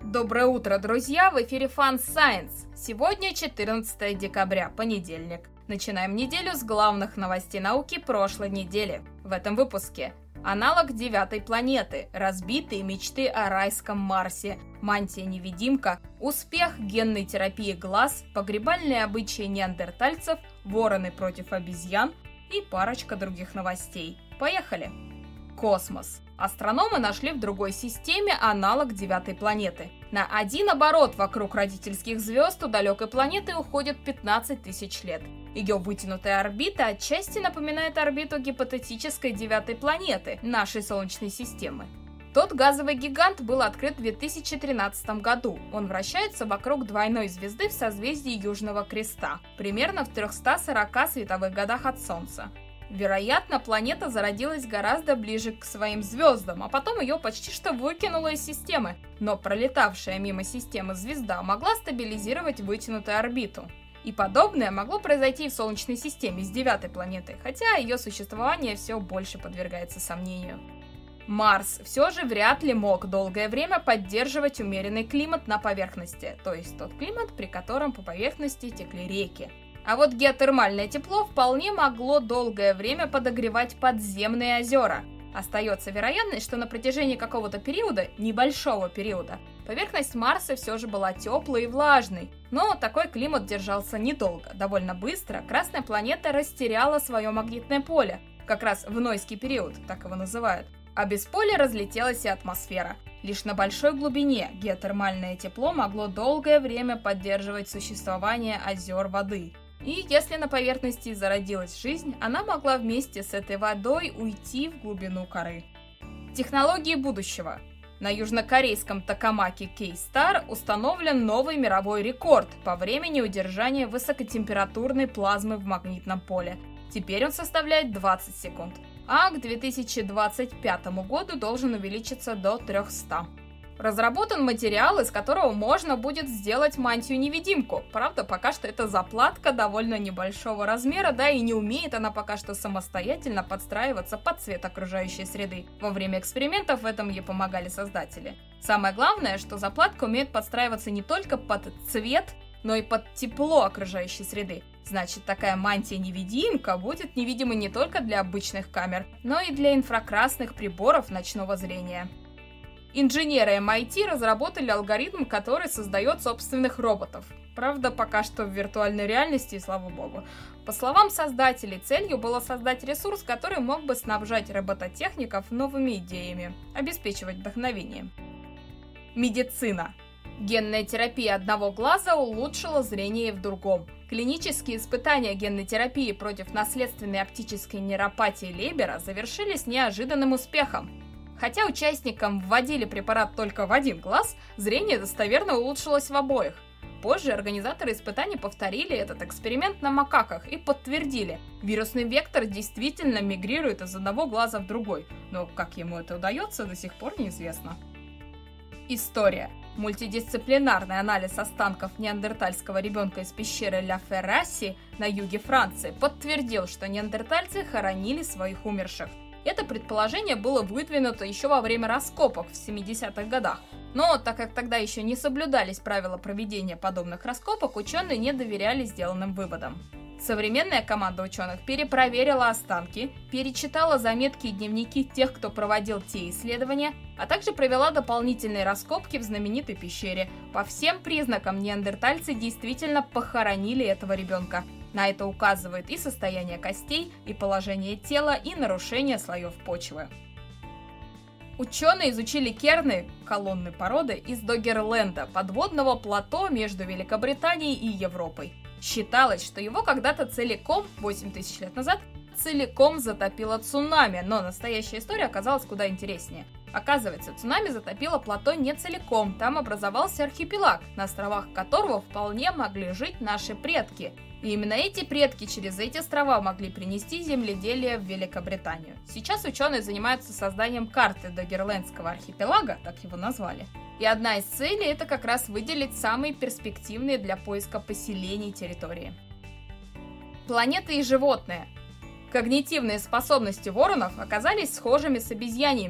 Доброе утро, друзья! В эфире Fun Science. Сегодня 14 декабря, понедельник. Начинаем неделю с главных новостей науки прошлой недели. В этом выпуске аналог девятой планеты, разбитые мечты о райском Марсе, мантия-невидимка, успех генной терапии глаз, погребальные обычаи неандертальцев, вороны против обезьян и парочка других новостей. Поехали! Космос. Астрономы нашли в другой системе аналог девятой планеты. На один оборот вокруг родительских звезд у далекой планеты уходит 15 тысяч лет. Ее вытянутая орбита отчасти напоминает орбиту гипотетической девятой планеты нашей Солнечной системы. Тот газовый гигант был открыт в 2013 году. Он вращается вокруг двойной звезды в созвездии Южного Креста, примерно в 340 световых годах от Солнца. Вероятно, планета зародилась гораздо ближе к своим звездам, а потом ее почти что выкинуло из системы. Но пролетавшая мимо системы звезда могла стабилизировать вытянутую орбиту. И подобное могло произойти и в Солнечной системе с девятой планетой, хотя ее существование все больше подвергается сомнению. Марс все же вряд ли мог долгое время поддерживать умеренный климат на поверхности, то есть тот климат, при котором по поверхности текли реки. А вот геотермальное тепло вполне могло долгое время подогревать подземные озера. Остается вероятность, что на протяжении какого-то периода, небольшого периода, поверхность Марса все же была теплой и влажной. Но такой климат держался недолго. Довольно быстро Красная планета растеряла свое магнитное поле, как раз в Нойский период, так его называют. А без поля разлетелась и атмосфера. Лишь на большой глубине геотермальное тепло могло долгое время поддерживать существование озер воды. И если на поверхности зародилась жизнь, она могла вместе с этой водой уйти в глубину коры. Технологии будущего. На южнокорейском Токамаке K-Star установлен новый мировой рекорд по времени удержания высокотемпературной плазмы в магнитном поле. Теперь он составляет 20 секунд, а к 2025 году должен увеличиться до 300. Разработан материал, из которого можно будет сделать мантию-невидимку. Правда, пока что это заплатка довольно небольшого размера, да и не умеет она пока что самостоятельно подстраиваться под цвет окружающей среды. Во время экспериментов в этом ей помогали создатели. Самое главное, что заплатка умеет подстраиваться не только под цвет, но и под тепло окружающей среды. Значит, такая мантия-невидимка будет невидима не только для обычных камер, но и для инфракрасных приборов ночного зрения. Инженеры MIT разработали алгоритм, который создает собственных роботов. Правда, пока что в виртуальной реальности, и слава богу. По словам создателей, целью было создать ресурс, который мог бы снабжать робототехников новыми идеями, обеспечивать вдохновением. Медицина. Генная терапия одного глаза улучшила зрение в другом. Клинические испытания генной терапии против наследственной оптической нейропатии Лейбера завершились неожиданным успехом. Хотя участникам вводили препарат только в один глаз, зрение достоверно улучшилось в обоих. Позже организаторы испытаний повторили этот эксперимент на макаках и подтвердили, вирусный вектор действительно мигрирует из одного глаза в другой, но как ему это удается, до сих пор неизвестно. История. Мультидисциплинарный анализ останков неандертальского ребенка из пещеры Ля Ферраси на юге Франции подтвердил, что неандертальцы хоронили своих умерших. Это предположение было выдвинуто еще во время раскопок в 70-х годах. Но так как тогда еще не соблюдались правила проведения подобных раскопок, ученые не доверяли сделанным выводам. Современная команда ученых перепроверила останки, перечитала заметки и дневники тех, кто проводил те исследования, а также провела дополнительные раскопки в знаменитой пещере. По всем признакам неандертальцы действительно похоронили этого ребенка. На это указывает и состояние костей, и положение тела, и нарушение слоев почвы. Ученые изучили керны, колонны породы, из Доггерленда, подводного плато между Великобританией и Европой. Считалось, что его когда-то целиком, 8000 лет назад, целиком затопило цунами, но настоящая история оказалась куда интереснее. Оказывается, цунами затопило плато не целиком, там образовался архипелаг, на островах которого вполне могли жить наши предки. И именно эти предки через эти острова могли принести земледелие в Великобританию. Сейчас ученые занимаются созданием карты Доггерлендского архипелага, так его назвали. И одна из целей – это как раз выделить самые перспективные для поиска поселений территории. Планеты и животные. Когнитивные способности воронов оказались схожими с обезьяньями.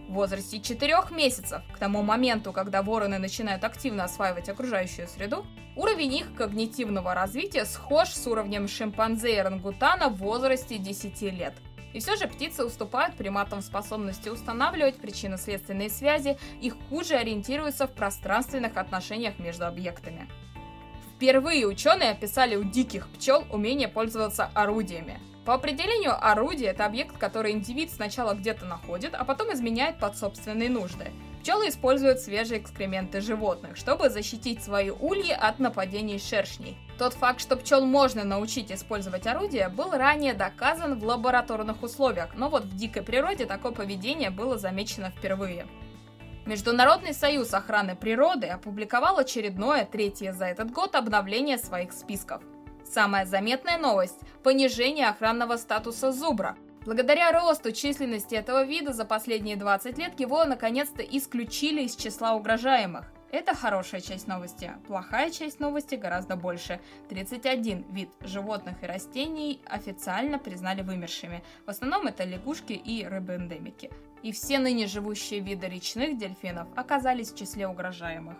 В возрасте 4 месяцев, к тому моменту, когда вороны начинают активно осваивать окружающую среду, уровень их когнитивного развития схож с уровнем шимпанзе и орангутана в возрасте 10 лет. И все же птицы уступают приматам в способности устанавливать причинно-следственные связи и хуже ориентируются в пространственных отношениях между объектами. Впервые ученые описали у диких пчел умение пользоваться орудиями. По определению, орудие – это объект, который индивид сначала где-то находит, а потом изменяет под собственные нужды. Пчелы используют свежие экскременты животных, чтобы защитить свои ульи от нападений шершней. Тот факт, что пчел можно научить использовать орудия, был ранее доказан в лабораторных условиях, но вот в дикой природе такое поведение было замечено впервые. Международный союз охраны природы опубликовал очередное, третье за этот год, обновление своих списков. Самая заметная новость – понижение охранного статуса зубра. Благодаря росту численности этого вида за последние 20 лет его наконец-то исключили из числа угрожаемых. Это хорошая часть новости. Плохая часть новости гораздо больше. 31 вид животных и растений официально признали вымершими. В основном это лягушки и рыбы-эндемики. И все ныне живущие виды речных дельфинов оказались в числе угрожаемых.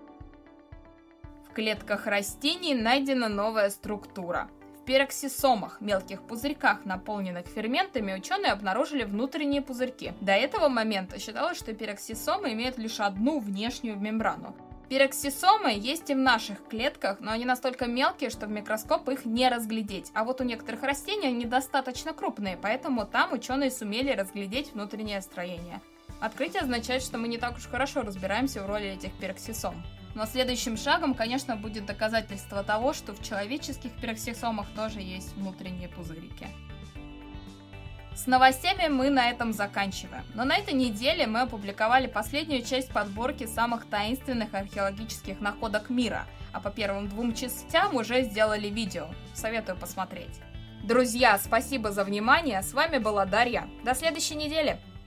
В клетках растений найдена новая структура. В пероксисомах, мелких пузырьках, наполненных ферментами, ученые обнаружили внутренние пузырьки. До этого момента считалось, что пероксисомы имеют лишь одну внешнюю мембрану. Пероксисомы есть и в наших клетках, но они настолько мелкие, что в микроскоп их не разглядеть. А вот у некоторых растений они достаточно крупные, поэтому там ученые сумели разглядеть внутреннее строение. Открытие означает, что мы не так уж хорошо разбираемся в роли этих пероксисом. Но следующим шагом, конечно, будет доказательство того, что в человеческих пероксисомах тоже есть внутренние пузырики. С новостями мы на этом заканчиваем. Но на этой неделе мы опубликовали последнюю часть подборки самых таинственных археологических находок мира, а по первым 2 частям уже сделали видео. Советую посмотреть. Друзья, спасибо за внимание. С вами была Дарья. До следующей недели.